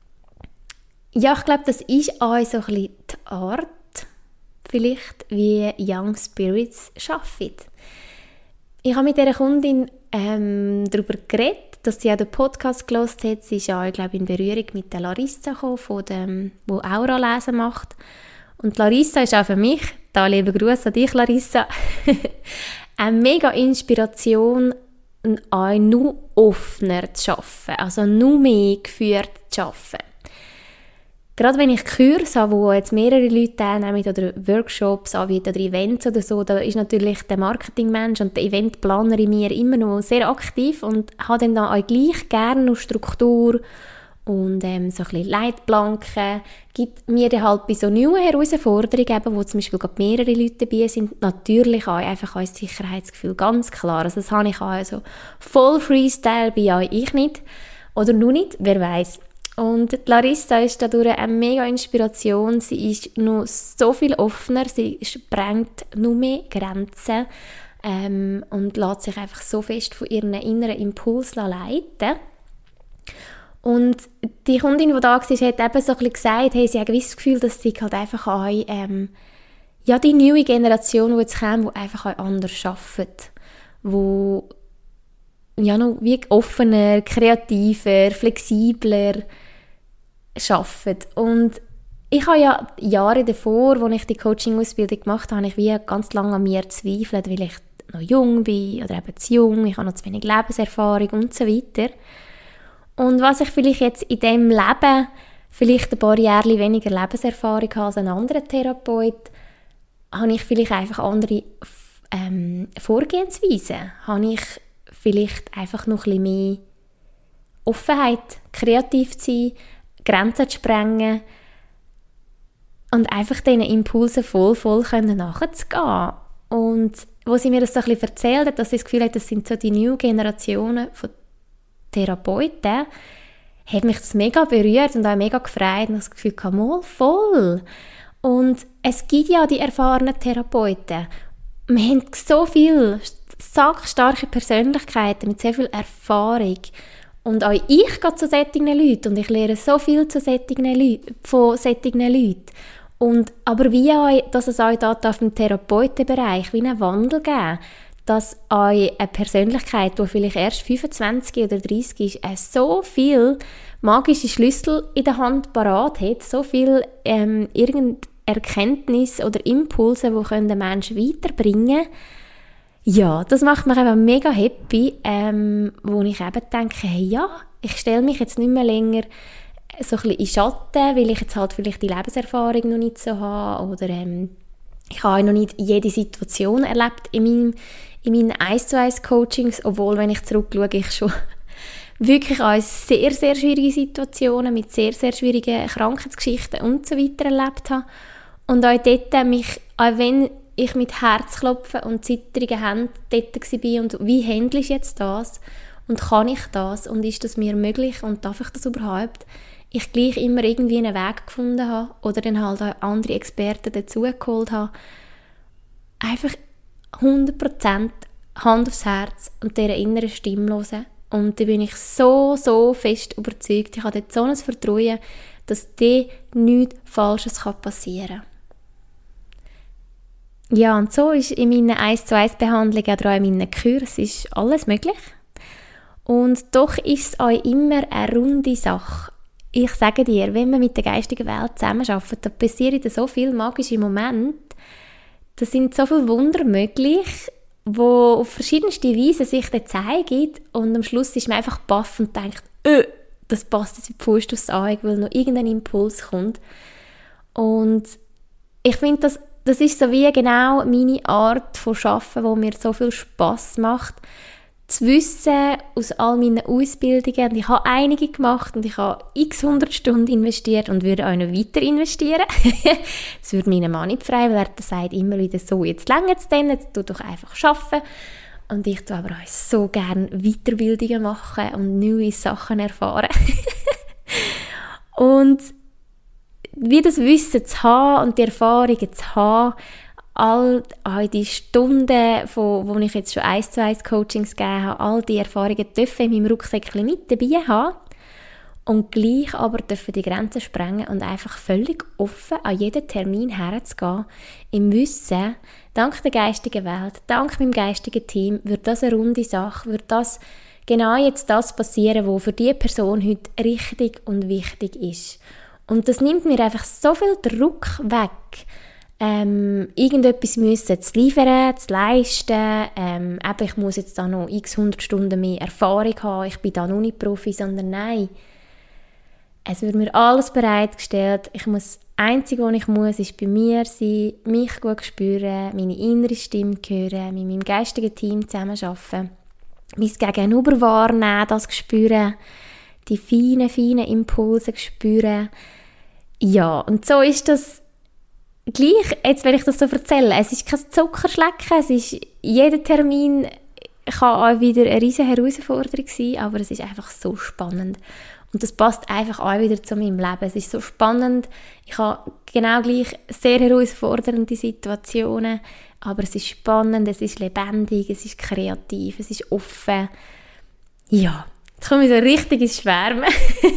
ja, ich glaube, das ist auch so ein bisschen die Art, vielleicht, wie Young Spirits arbeiten. Ich habe mit dieser Kundin ähm, darüber geredet, dass sie auch den Podcast gehört hat. Sie ist auch, glaube ich, in Berührung mit der Larissa gekommen, von dem, die Aura-Lesen macht. Und Larissa ist auch für mich, da liebe Grüße an dich, Larissa, eine mega Inspiration, auch noch offener zu arbeiten, also noch mehr geführt zu arbeiten. Gerade wenn ich Kurse habe, wo jetzt mehrere Leute teilnehmen oder Workshops anbieten oder Events oder so, da ist natürlich der Marketingmensch und der Eventplaner in mir immer noch sehr aktiv und habe dann auch gleich gerne noch Struktur und ähm, so ein bisschen Leitplanken, gibt mir dann halt bei so neuen Herausforderungen, eben, wo zum Beispiel gerade mehrere Leute dabei sind, natürlich auch einfach ein Sicherheitsgefühl, ganz klar. Also das habe ich auch, also voll Freestyle bin ja ich nicht oder nur nicht, wer weiß. Und die Larissa ist dadurch eine mega Inspiration. Sie ist noch so viel offener, sie sprengt noch mehr Grenzen ähm, und lässt sich einfach so fest von ihren inneren Impulsen leiten. Und die Kundin, die da war, hat eben so ein bisschen gesagt, hey, sie hat das Gefühl, dass sie halt einfach auch, ähm, ja, die neue Generation, die jetzt kommt, die einfach auch anders arbeitet, wo ja noch wie offener, kreativer, flexibler arbeitet. Und ich habe ja Jahre davor, als ich die Coaching-Ausbildung gemacht habe, habe ich wie ganz lange an mir gezweifelt, weil ich noch jung bin oder eben zu jung, ich habe noch zu wenig Lebenserfahrung und so weiter. Und was ich vielleicht jetzt in diesem Leben vielleicht ein paar Jahre weniger Lebenserfahrung habe als ein anderer Therapeut, habe ich vielleicht einfach andere ähm, Vorgehensweisen. Habe ich vielleicht einfach noch ein bisschen mehr Offenheit, kreativ zu sein, Grenzen zu sprengen und einfach diesen Impulsen voll, voll nachzugehen. Und wo sie mir das so ein bisschen erzählt hat, dass sie das Gefühl hat, das sind so die neuen Generationen von Therapeuten, hat mich das mega berührt und auch mega gefreut und das Gefühl, mal voll. Und es gibt ja die erfahrenen Therapeuten. Wir haben so viele starke Persönlichkeiten mit sehr viel Erfahrung. Und auch ich gehe zu solchen Leuten und ich lerne so viel zu solchen Leuten, von solchen Leuten. Und, aber wie auch, dass es auch dort auf dem Therapeutenbereich wie einen Wandel geben, dass auch eine Persönlichkeit, die vielleicht erst fünfundzwanzig oder dreißig ist, so viel magische Schlüssel in der Hand parat hat, so viel ähm, irgendeine Erkenntnis oder Impulse, die den Menschen weiterbringen können. Ja, das macht mich eben mega happy, ähm, wo ich eben denke, hey, ja, ich stelle mich jetzt nicht mehr länger so ein bisschen in Schatten, weil ich jetzt halt vielleicht die Lebenserfahrung noch nicht so habe oder ähm, ich habe noch nicht jede Situation erlebt in, meinem, in meinen eins zu eins Coachings, obwohl, wenn ich zurückschaue, ich schon wirklich auch sehr, sehr schwierige Situationen mit sehr, sehr schwierigen Krankheitsgeschichten und so weiter erlebt habe. Und auch dort mich, auch wenn ich mit Herzklopfen und zittrigen Händen dort war und wie handle ich jetzt das und kann ich das und ist das mir möglich und darf ich das überhaupt, ich gleich immer irgendwie einen Weg gefunden habe oder dann halt auch andere Experten dazugeholt habe. Einfach hundert Prozent Hand aufs Herz und dieser inneren Stimme hören. Und da bin ich so, so fest überzeugt, ich habe dort so ein Vertrauen, dass dir nichts Falsches passieren kann. Ja, und so ist in meinen eins zu eins Behandlungen oder auch in meinen Kursen ist alles möglich. Und doch ist es auch immer eine runde Sache. Ich sage dir, wenn man mit der geistigen Welt zusammenarbeitet, da passieren so viele magische Momente, da sind so viele Wunder möglich, die auf verschiedenste Weise sich dann zeigen und am Schluss ist man einfach baff und denkt, öh, das passt jetzt wie die Faust aufs Auge, weil noch irgendein Impuls kommt. Und ich finde, das, das ist so wie genau meine Art von Arbeiten, die mir so viel Spass macht, zu wissen aus all meinen Ausbildungen, und ich habe einige gemacht und ich habe x hundert Stunden investiert und würde auch noch weiter investieren. Das würde meinen Mann nicht frei, weil er sagt immer wieder so, jetzt länger es denn, jetzt tu doch einfach arbeiten. Und ich tue aber auch so gerne Weiterbildungen machen und neue Sachen erfahren. Und wie das Wissen zu haben und die Erfahrungen zu haben, all, all die Stunden, von, wo ich jetzt schon eins zu eins Coachings gegeben habe, all die Erfahrungen dürfen in meinem Rucksäckchen mit dabei haben und gleich aber dürfen die Grenzen sprengen und einfach völlig offen an jeden Termin herzugehen, im Wissen, dank der geistigen Welt, dank meinem geistigen Team, wird das eine runde Sache, wird das genau jetzt das passieren, was für diese Person heute richtig und wichtig ist. Und das nimmt mir einfach so viel Druck weg, ähm, irgendetwas müssen zu liefern, zu leisten. Ähm, eben, ich muss jetzt da noch x hundert Stunden mehr Erfahrung haben, ich bin da noch nicht Profi, sondern nein. Es wird mir alles bereitgestellt. Ich muss, das Einzige, was ich muss, ist bei mir sein, mich gut spüren, meine innere Stimme hören, mit meinem geistigen Team zusammenarbeiten, mein Gegenüber wahrnehmen, das spüren, die feinen, feinen Impulse spüren. Ja, und so ist das gleich, jetzt wenn ich das so erzähle, es ist kein Zuckerschlecken, es ist, jeder Termin kann auch wieder eine riesige Herausforderung sein, aber es ist einfach so spannend. Und das passt einfach auch wieder zu meinem Leben. Es ist so spannend, ich habe genau gleich sehr herausfordernde Situationen, aber es ist spannend, es ist lebendig, es ist kreativ, es ist offen. Ja, Jetzt komme ich so richtig ins Schwärmen.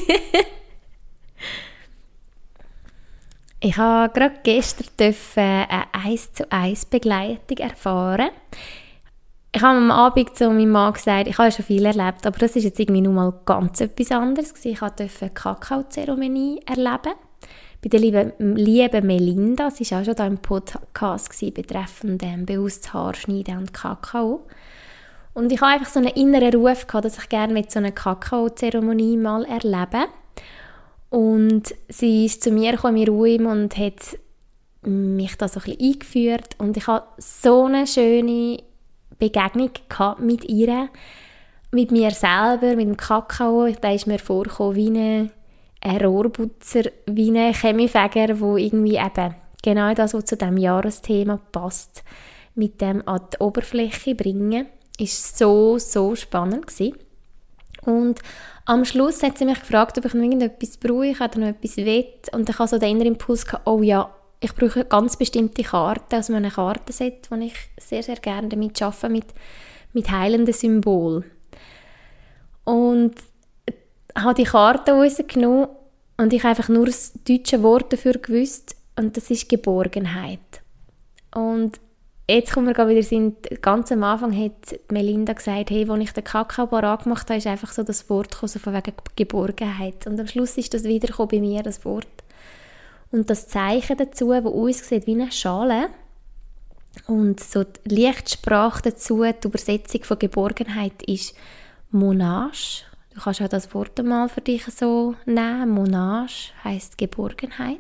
Ich habe gerade gestern eine eins zu eins Begleitung erfahren. Ich habe am Abend zu meinem Mann gesagt, ich habe schon viel erlebt, aber das ist jetzt irgendwie nur mal ganz etwas anderes. Ich durfte eine Kakaozeremonie erleben. Bei der lieben, lieben Melinda, sie war auch schon da im Podcast gewesen, betreffend ähm, bewusstes Haarschneiden und Kakao. Und ich habe einfach so einen inneren Ruf gehabt, dass ich gerne mit so einer Kakaozeremonie mal erleben. Und sie ist zu mir gekommen in Ruhe und hat mich da so ein bisschen eingeführt. Und ich hatte so eine schöne Begegnung gehabt mit ihr, mit mir selber, mit dem Kakao. Da ist mir vorgekommen wie eine ein Rohrputzer, wie ein Chemiefäger, der irgendwie eben genau das, was zu diesem Jahresthema passt, mit dem an die Oberfläche bringen, ist so, so spannend gewesen. Und am Schluss hat sie mich gefragt, ob ich noch irgendetwas brauche oder noch etwas will. Und ich hatte so den inneren Impuls gehabt, oh ja, ich brauche ganz bestimmte Karten aus meinem Kartenset, das ich sehr, sehr gerne damit arbeite, mit, mit heilenden Symbolen. Und habe die Karte rausgenommen und ich habe einfach nur das deutsche Wort dafür gewusst und das ist Geborgenheit. Und jetzt kommen wir gerade wieder sind, ganz am Anfang hat Melinda gesagt, hey, als ich den Kakao parat gemacht habe, ist einfach so das Wort gekommen, so von wegen Geborgenheit. Und am Schluss ist das wieder bei mir, das Wort. Und das Zeichen dazu, das aussieht wie eine Schale und so die Lichtsprache dazu, die Übersetzung von Geborgenheit ist Monage. Du kannst auch das Wort mal für dich so nehmen. Monage heisst Geborgenheit.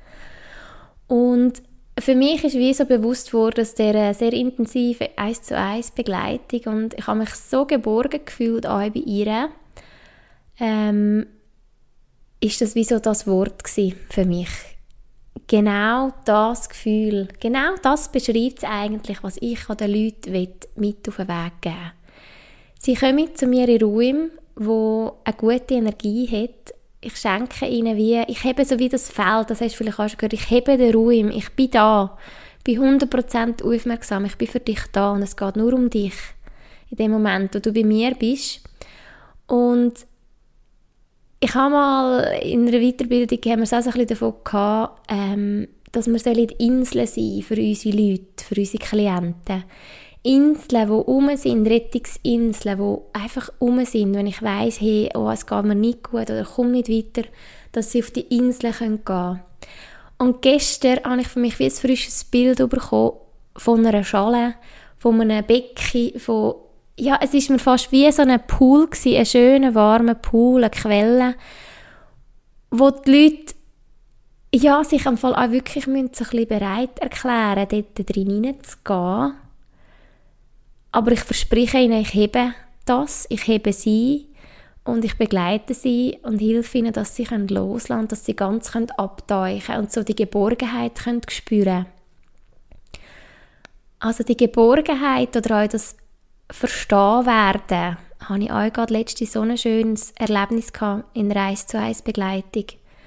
Und für mich ist wie so bewusst worden, dass der sehr intensive eins zu eins Begleitung und ich habe mich so geborgen gefühlt auch bei ihr, ähm, ist das wie so das Wort gewesen für mich. Genau das Gefühl, genau das beschreibt es eigentlich, was ich an den Leuten mit auf den Weg geben will. Sie kommen zu mir in Ruhe, wo eine gute Energie hat. Ich schenke ihnen wie, ich habe so wie das Feld, das hast du vielleicht auch schon gehört, ich habe den Raum, ich bin da, ich bin hundert Prozent aufmerksam, ich bin für dich da und es geht nur um dich in dem Moment, wo du bei mir bist. Und ich habe mal in einer Weiterbildung, haben wir es auch so ein bisschen davon gehabt, ähm, dass wir Inseln sein für unsere Leute, für unsere Klienten. Inseln, die rum sind, Rettungsinseln, die einfach rum sind, wenn ich weiss, hey, oh, es geht mir nicht gut oder ich komme nicht weiter, dass sie auf die Inseln gehen können. Und gestern habe ich für mich wie ein frisches Bild bekommen von einer Schale, von einem Becken, von, ja, es ist mir fast wie so ein Pool gewesen, ein schöner, warmer Pool, eine Quelle, wo die Leute ja, sich am Fall auch wirklich müssen, so ein bisschen bereit erklären, dort drin hineinzugehen. Aber ich verspreche ihnen, ich hebe das, ich hebe sie und ich begleite sie und helfe ihnen, dass sie loslassen können, dass sie ganz abtauchen können und so die Geborgenheit können spüren. Also die Geborgenheit oder auch das Verstehen werden, habe ich auch gerade letztens so ein schönes Erlebnis gehabt in einer eins zu eins Begleitung,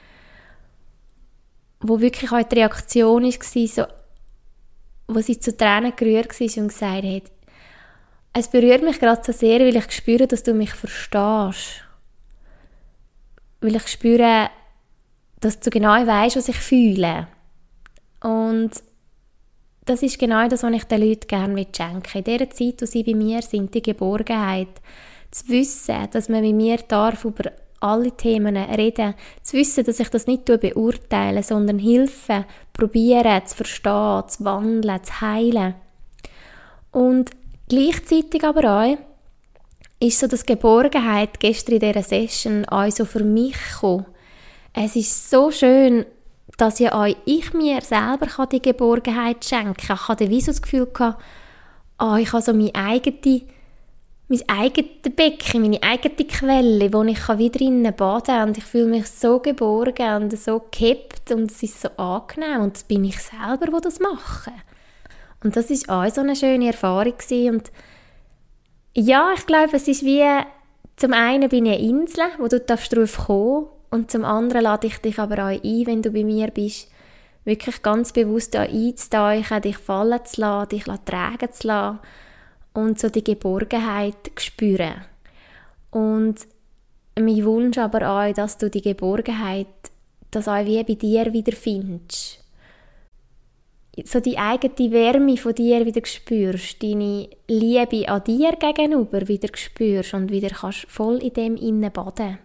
wo wirklich auch die Reaktion war, so, wo sie zu Tränen gerührt war und gesagt hat, es berührt mich gerade so sehr, weil ich spüre, dass du mich verstehst. Weil ich spüre, dass du genau weißt, was ich fühle. Und das ist genau das, was ich den Leuten gerne schenke. In dieser Zeit, wo sie bei mir sind, die Geborgenheit, zu wissen, dass man mit mir darf über alle Themen reden, zu wissen, dass ich das nicht beurteile, sondern helfen, probieren, zu verstehen, zu wandeln, zu heilen. Und gleichzeitig aber auch ist so das Geborgenheit gestern in dieser Session auch so für mich gekommen. Es ist so schön, dass ja auch ich mir selber die Geborgenheit schenken kann. Ich hatte wie so das Gefühl gehabt, oh, ich habe so meine eigene, mein eigenes Becken, meine eigene Quelle, wo ich wieder drinnen baden kann. Und ich fühle mich so geborgen und so gehabt und es ist so angenehm. Und das bin ich selber, die das mache. Und das war auch so eine schöne Erfahrung gewesen. Und ja, ich glaube, es ist wie, zum einen bin ich eine Insel, wo du drauf kommen darfst, und zum anderen lade ich dich aber auch ein, wenn du bei mir bist, wirklich ganz bewusst einzutauchen, dich fallen zu lassen, dich tragen zu lassen und so die Geborgenheit zu spüren. Und mein Wunsch aber auch, dass du die Geborgenheit, das auch wie bei dir wiederfindest. So die eigene Wärme von dir wieder spürst, deine Liebe an dir gegenüber wieder spürst und wieder kannst voll in dem innen baden.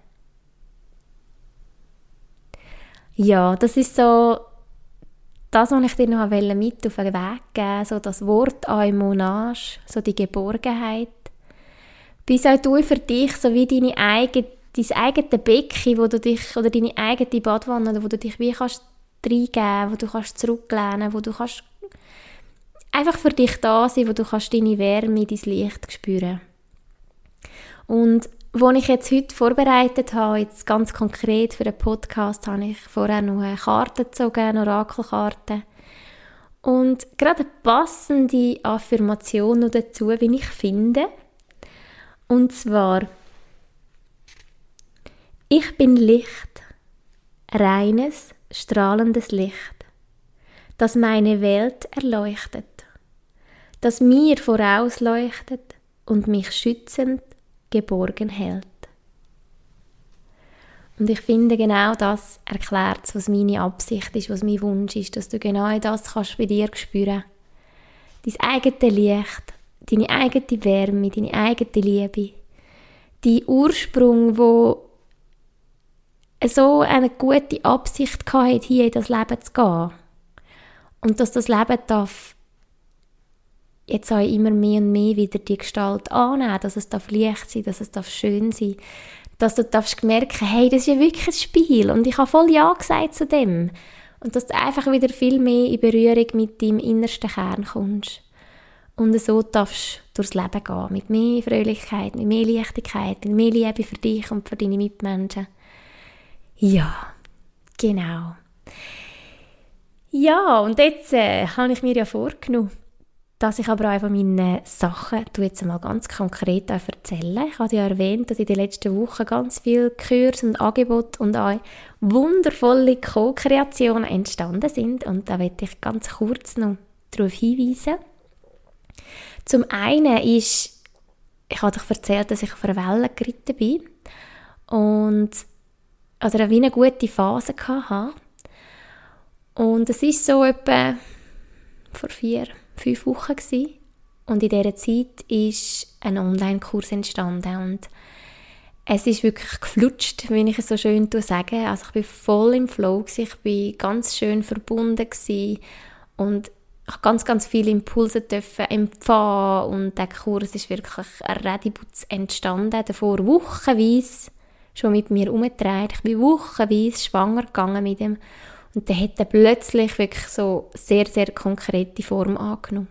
Ja, das ist so das, was ich dir noch mit auf den Weg geben wollte, so das Wort Eumonage, so die Geborgenheit. Bis auch du für dich so wie deine eigene, dein eigene Becken, wo du dich, oder deine eigene Badwanne, wo du dich wie kannst reingeben, wo du kannst zurücklehnen, wo du kannst einfach für dich da sein, wo du kannst deine Wärme, dein Licht spüren. Und als ich jetzt heute vorbereitet habe, jetzt ganz konkret für den Podcast, habe ich vorher noch eine Karte gezogen, eine Orakelkarte. Und gerade eine passende Affirmation noch dazu, wie ich finde. Und zwar: Ich bin Licht, reines, strahlendes Licht, das meine Welt erleuchtet, das mir vorausleuchtet und mich schützend geborgen hält. Und ich finde, genau das erklärt, was meine Absicht ist, was mein Wunsch ist, dass du genau das kannst bei dir spüren. Dein eigenes Licht, deine eigene Wärme, deine eigene Liebe, dein Ursprung, wo so eine gute Absicht hatte, hier in das Leben zu gehen. Und dass das Leben darf jetzt auch immer mehr und mehr wieder die Gestalt annehmen, dass es darf leicht sein, dass es darf schön sein, dass du darfst merken, hey, das ist ja wirklich ein Spiel und ich habe voll Ja gesagt zu dem. Und dass du einfach wieder viel mehr in Berührung mit deinem innersten Kern kommst. Und so darfst du durchs Leben gehen, mit mehr Fröhlichkeit, mit mehr Leichtigkeit, mit mehr Liebe für dich und für deine Mitmenschen. Ja, genau. Ja, und jetzt äh, habe ich mir ja vorgenommen, dass ich aber auch von meinen Sachen jetzt mal ganz konkret auch erzähle. Ich habe ja erwähnt, dass in den letzten Wochen ganz viele Kurse und Angebote und auch wundervolle Co-Kreationen entstanden sind. Und da möchte ich ganz kurz noch darauf hinweisen. Zum einen ist, ich habe dir erzählt, dass ich auf einer Welle geritten bin und also wie eine gute Phase hatte. Und es war so etwa vor vier, fünf Wochen gewesen. Und in dieser Zeit ist ein Online-Kurs entstanden. Und es ist wirklich geflutscht, wie ich es so schön sage. Also ich war voll im Flow gewesen, ich war ganz schön verbunden gewesen und ich habe ganz, ganz viele Impulse dürfen empfangen. Und der Kurs ist wirklich ein Redibutz entstanden. Davor wochenweise schon mit mir herumgetragen. Ich bin wochenweise schwanger gegangen mit ihm. Und dann hat er plötzlich wirklich so sehr, sehr konkrete Form angenommen.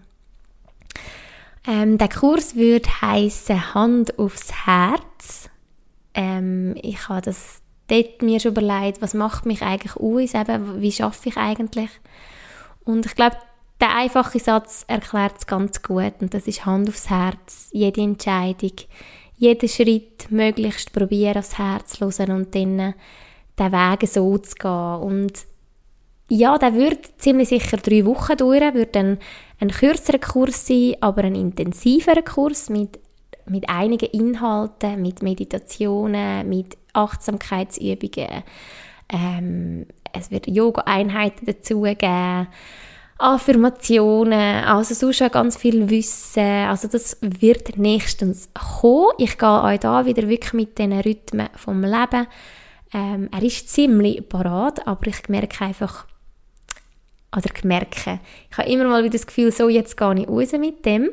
Ähm, der Kurs würde heissen Hand aufs Herz. Ähm, ich habe das dort mir schon überlegt, was macht mich eigentlich aus, eben, wie schaffe ich eigentlich. Und ich glaube, der einfache Satz erklärt es ganz gut. Und das ist Hand aufs Herz. Jede Entscheidung, jeden Schritt möglichst probieren, aufs Herz zu hören und dann den Weg so zu gehen. Und ja, der würde ziemlich sicher drei Wochen dauern, würde ein, ein kürzerer Kurs sein, aber ein intensiverer Kurs mit, mit einigen Inhalten, mit Meditationen, mit Achtsamkeitsübungen. Ähm, es wird Yoga-Einheiten dazu geben, Affirmationen, also sonst auch ganz viel Wissen. Also das wird nächstens kommen. Ich gehe auch da wieder wirklich mit den Rhythmen vom Leben. Ähm, er ist ziemlich parat, aber ich merke einfach, oder merke, ich habe immer mal wieder das Gefühl, so jetzt gehe ich raus mit dem.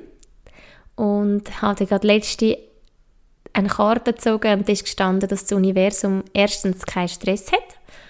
Und habe gerade letzte eine Karte gezogen und da ist gestanden, dass das Universum erstens keinen Stress hat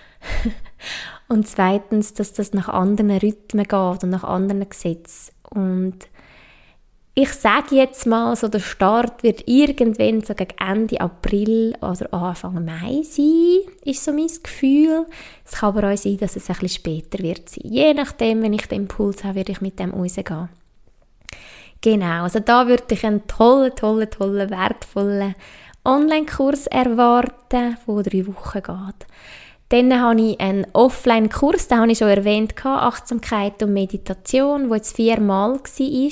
und zweitens, dass das nach anderen Rhythmen geht und nach anderen Gesetzen. Und ich sage jetzt mal, so der Start wird irgendwann so gegen Ende April oder Anfang Mai sein, ist so mein Gefühl. Es kann aber auch sein, dass es ein bisschen später wird sein. Je nachdem, wenn ich den Impuls habe, werde ich mit dem rausgehen. Genau, also da würde ich einen tollen, tollen, tollen, wertvollen Online-Kurs erwarten, der drei Wochen geht. Dann habe ich einen Offline-Kurs, den habe ich schon erwähnt, Achtsamkeit und Meditation, der jetzt viermal war.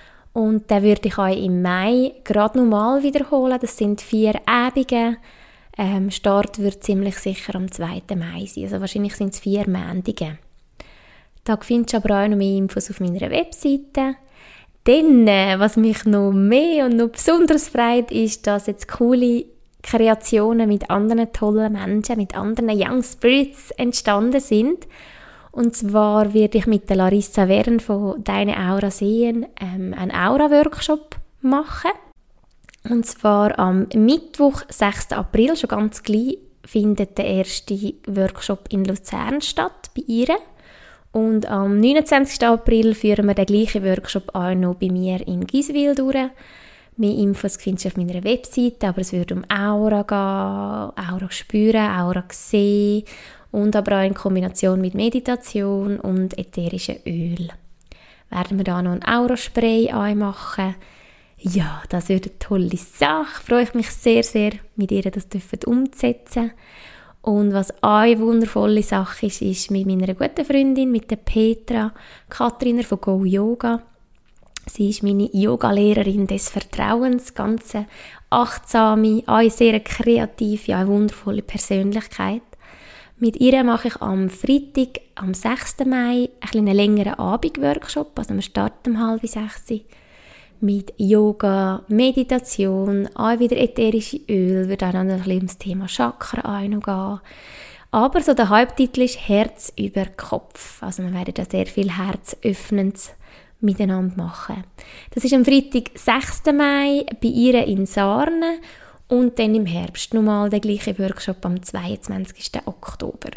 Und den würde ich auch im Mai gerade nochmal wiederholen. Das sind vier Abende, Ähm, Start wird ziemlich sicher am zweiten Mai sein, also wahrscheinlich sind es vier Monate. Da findest du aber auch noch mehr Infos auf meiner Webseite. Dann, äh, was mich noch mehr und noch besonders freut, ist, dass jetzt coole Kreationen mit anderen tollen Menschen, mit anderen Young Spirits entstanden sind. Und zwar werde ich mit der Larissa Wern von «Deine Aura sehen» ähm, einen Aura-Workshop machen. Und zwar am Mittwoch, sechsten April, schon ganz gleich, findet der erste Workshop in Luzern statt, bei ihr. Und am neunundzwanzigsten April führen wir den gleichen Workshop auch noch bei mir in Giswil durch. Mehr Infos findest du auf meiner Webseite, aber es wird um Aura gehen, Aura spüren, Aura sehen und aber auch in Kombination mit Meditation und ätherischen Öl. Werden wir da noch ein Aura-Spray machen. Ja, das wird eine tolle Sache. Freue ich mich sehr, sehr, mit ihr das umzusetzen. Und was auch eine wundervolle Sache ist, ist mit meiner guten Freundin, mit der Petra Katriner von Go Yoga. Sie ist meine Yoga-Lehrerin des Vertrauens, ganz achtsame, eine sehr kreative, eine wundervolle Persönlichkeit. Mit ihr mache ich am Freitag, am sechsten Mai, einen längeren Abend-Workshop, also wir starten um halb sechs mit Yoga, Meditation, auch wieder ätherische Öl, wird auch noch ein bisschen ums Thema Chakra eingehen. Aber so der Haupttitel ist Herz über Kopf. Also wir werden da sehr viel Herzöffnendes miteinander machen. Das ist am Freitag, sechsten Mai, bei ihr in Sarnen und dann im Herbst nochmal der gleiche Workshop am zweiundzwanzigsten Oktober.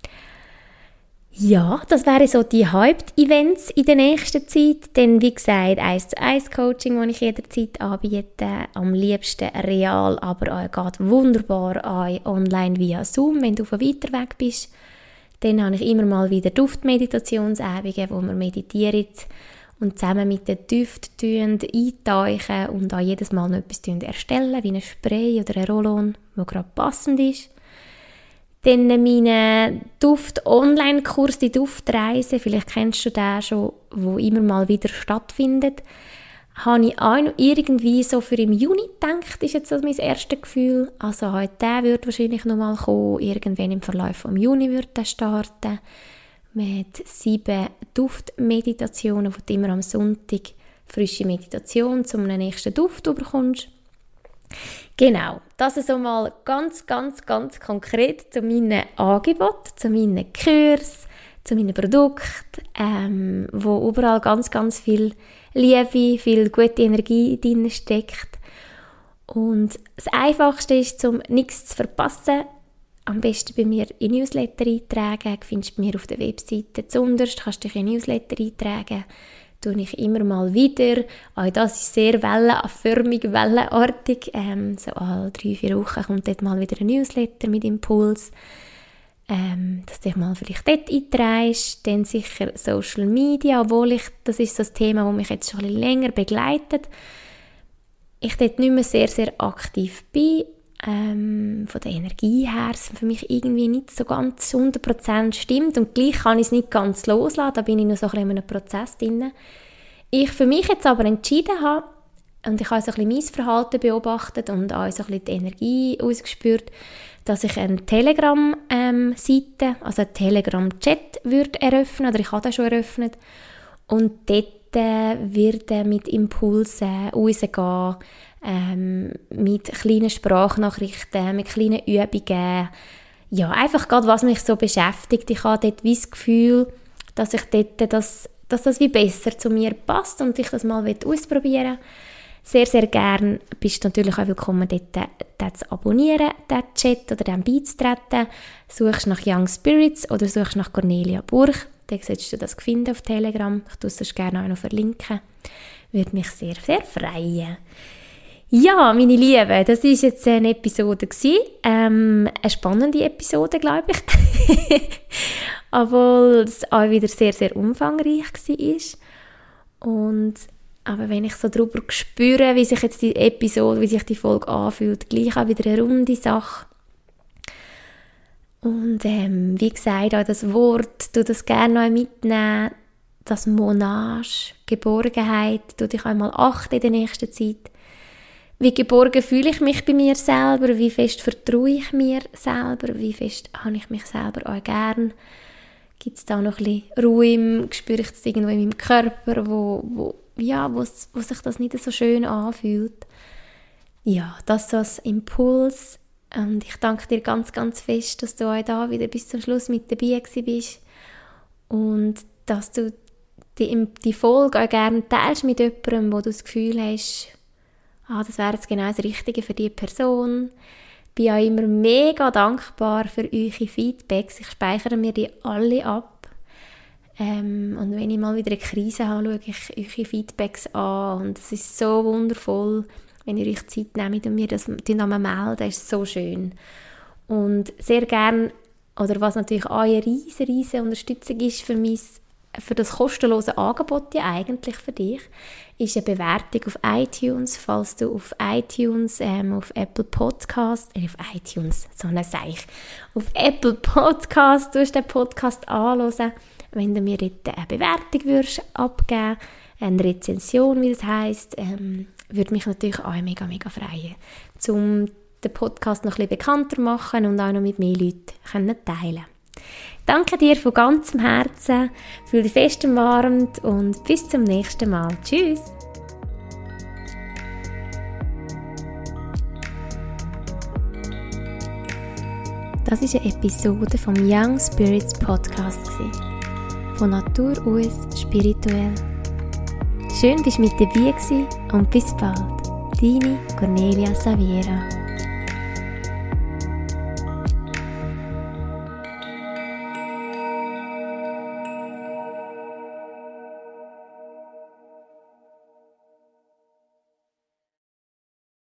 Ja, das wären so die Hauptevents in der nächsten Zeit. Dann, wie gesagt, eins zu eins Coaching, das ich jederzeit anbiete. Am liebsten real, aber auch geht wunderbar auch online via Zoom, wenn du von weiter weg bist. Dann habe ich immer mal wieder Duftmeditationsübungen, wo wir meditieren und zusammen mit den Düften eintauchen und auch jedes Mal noch etwas erstellen, wie ein Spray oder ein Roll-on, das gerade passend ist. Dann meine Duft-Online-Kurs, die Duftreise, vielleicht kennst du den schon, wo immer mal wieder stattfindet, habe ich auch noch irgendwie so für im Juni gedacht, ist jetzt so mein erstes Gefühl. Also heute der wird wahrscheinlich noch mal kommen, irgendwann im Verlauf vom Juni wird der starten, mit sieben Duftmeditationen, wo du immer am Sonntag frische Meditation zum nächsten Duft bekommst. Genau, das ist so mal ganz, ganz, ganz konkret zu meinen Angeboten, zu meinen Kursen, zu meinen Produkten, ähm, wo überall ganz, ganz viel Liebe, viel gute Energie drin steckt. Und das Einfachste ist, um nichts zu verpassen, am besten bei mir in Newsletter eintragen. Du findest bei mir auf der Webseite zuunterst, kannst dich in Newsletter eintragen. Tue ich immer mal wieder. Auch das ist sehr wellenförmig, wellenartig. Ähm, so alle drei, vier Wochen kommt dort mal wieder ein Newsletter mit Impuls. Ähm, dass du dich mal vielleicht dort einträgst. Dann sicher Social Media, obwohl ich, das ist so ein Thema, das mich jetzt schon ein bisschen länger begleitet. Ich dort nicht mehr sehr, sehr aktiv bin. Ähm, von der Energie her, es für mich irgendwie nicht so ganz hundert Prozent stimmt und gleich kann ich es nicht ganz loslassen, da bin ich noch so ein bisschen in einem Prozess drin. Ich für mich jetzt aber entschieden habe, und ich habe so ein bisschen mein Verhalten beobachtet und auch so ein bisschen die Energie ausgespürt, dass ich eine Telegram-Seite, ähm, also einen Telegram-Chat würde eröffnen, oder ich habe den schon eröffnet, und dort äh, wird äh, mit Impulsen rausgehen, Ähm, mit kleinen Sprachnachrichten, mit kleinen Übungen. Ja, einfach gerade, was mich so beschäftigt. Ich habe dort wie das Gefühl, dass ich dort das, dass das wie besser zu mir passt und ich das mal ausprobieren will. Sehr, sehr gern bist du natürlich auch willkommen, dort, dort zu abonnieren, den Chat oder dem beizutreten. Suchst nach Young Spirits oder suchst nach Cornelia Burch. Dann solltest du das finden auf Telegram. Ich tue es gerne auch noch verlinken. Würde mich sehr, sehr freuen. Ja, meine Lieben, das war jetzt eine Episode gewesen. Ähm, eine spannende Episode, glaube ich. Obwohl es auch wieder sehr, sehr umfangreich war. Und, aber wenn ich so darüber spüre, wie sich jetzt die Episode, wie sich die Folge anfühlt, gleich auch wieder eine runde Sache. Und ähm, wie gesagt, auch das Wort, du das gerne noch mitnehmen, das Monage, Geborgenheit, du dich einmal achten in der nächsten Zeit. wie geborgen fühle ich mich bei mir selber, wie fest vertraue ich mir selber, wie fest habe ich mich selber auch gern. Gibt es da noch ein bisschen Ruhe im, spüre ich das irgendwo in meinem Körper, wo, wo, ja, wo, wo sich das nicht so schön anfühlt. Ja, das so als Impuls. Und ich danke dir ganz, ganz fest, dass du auch da wieder bis zum Schluss mit dabei bist und dass du die, die Folge auch gerne teilst mit jemandem, wo du das Gefühl hast, ah, das wäre jetzt genau das Richtige für diese Person. Ich bin auch immer mega dankbar für eure Feedbacks. Ich speichere mir die alle ab. Ähm, und wenn ich mal wieder eine Krise habe, schaue ich eure Feedbacks an. Und es ist so wundervoll, wenn ihr euch Zeit nehmt und mir das einmal meldet. Das ist so schön. Und sehr gern, oder was natürlich auch eine riesige, riesige Unterstützung ist für mich, für das kostenlose Angebot ja eigentlich für dich, ist eine Bewertung auf iTunes, falls du auf iTunes, ähm, auf Apple Podcast, äh, auf iTunes, so eine Seich, auf Apple Podcast, du hast den Podcast anhören, wenn du mir dort eine Bewertung würdest abgeben, eine Rezension, wie das heisst, ähm, würde mich natürlich auch mega, mega freuen, um den Podcast noch ein bisschen bekannter machen und auch noch mit mehr Leuten können teilen. Danke dir von ganzem Herzen, fühl dich fest umarmt und bis zum nächsten Mal. Tschüss! Das war eine Episode vom Young Spirits Podcast. Von Natur aus spirituell. Schön, dass du mit dabei warst und bis bald. Deine Cornelia Saviera.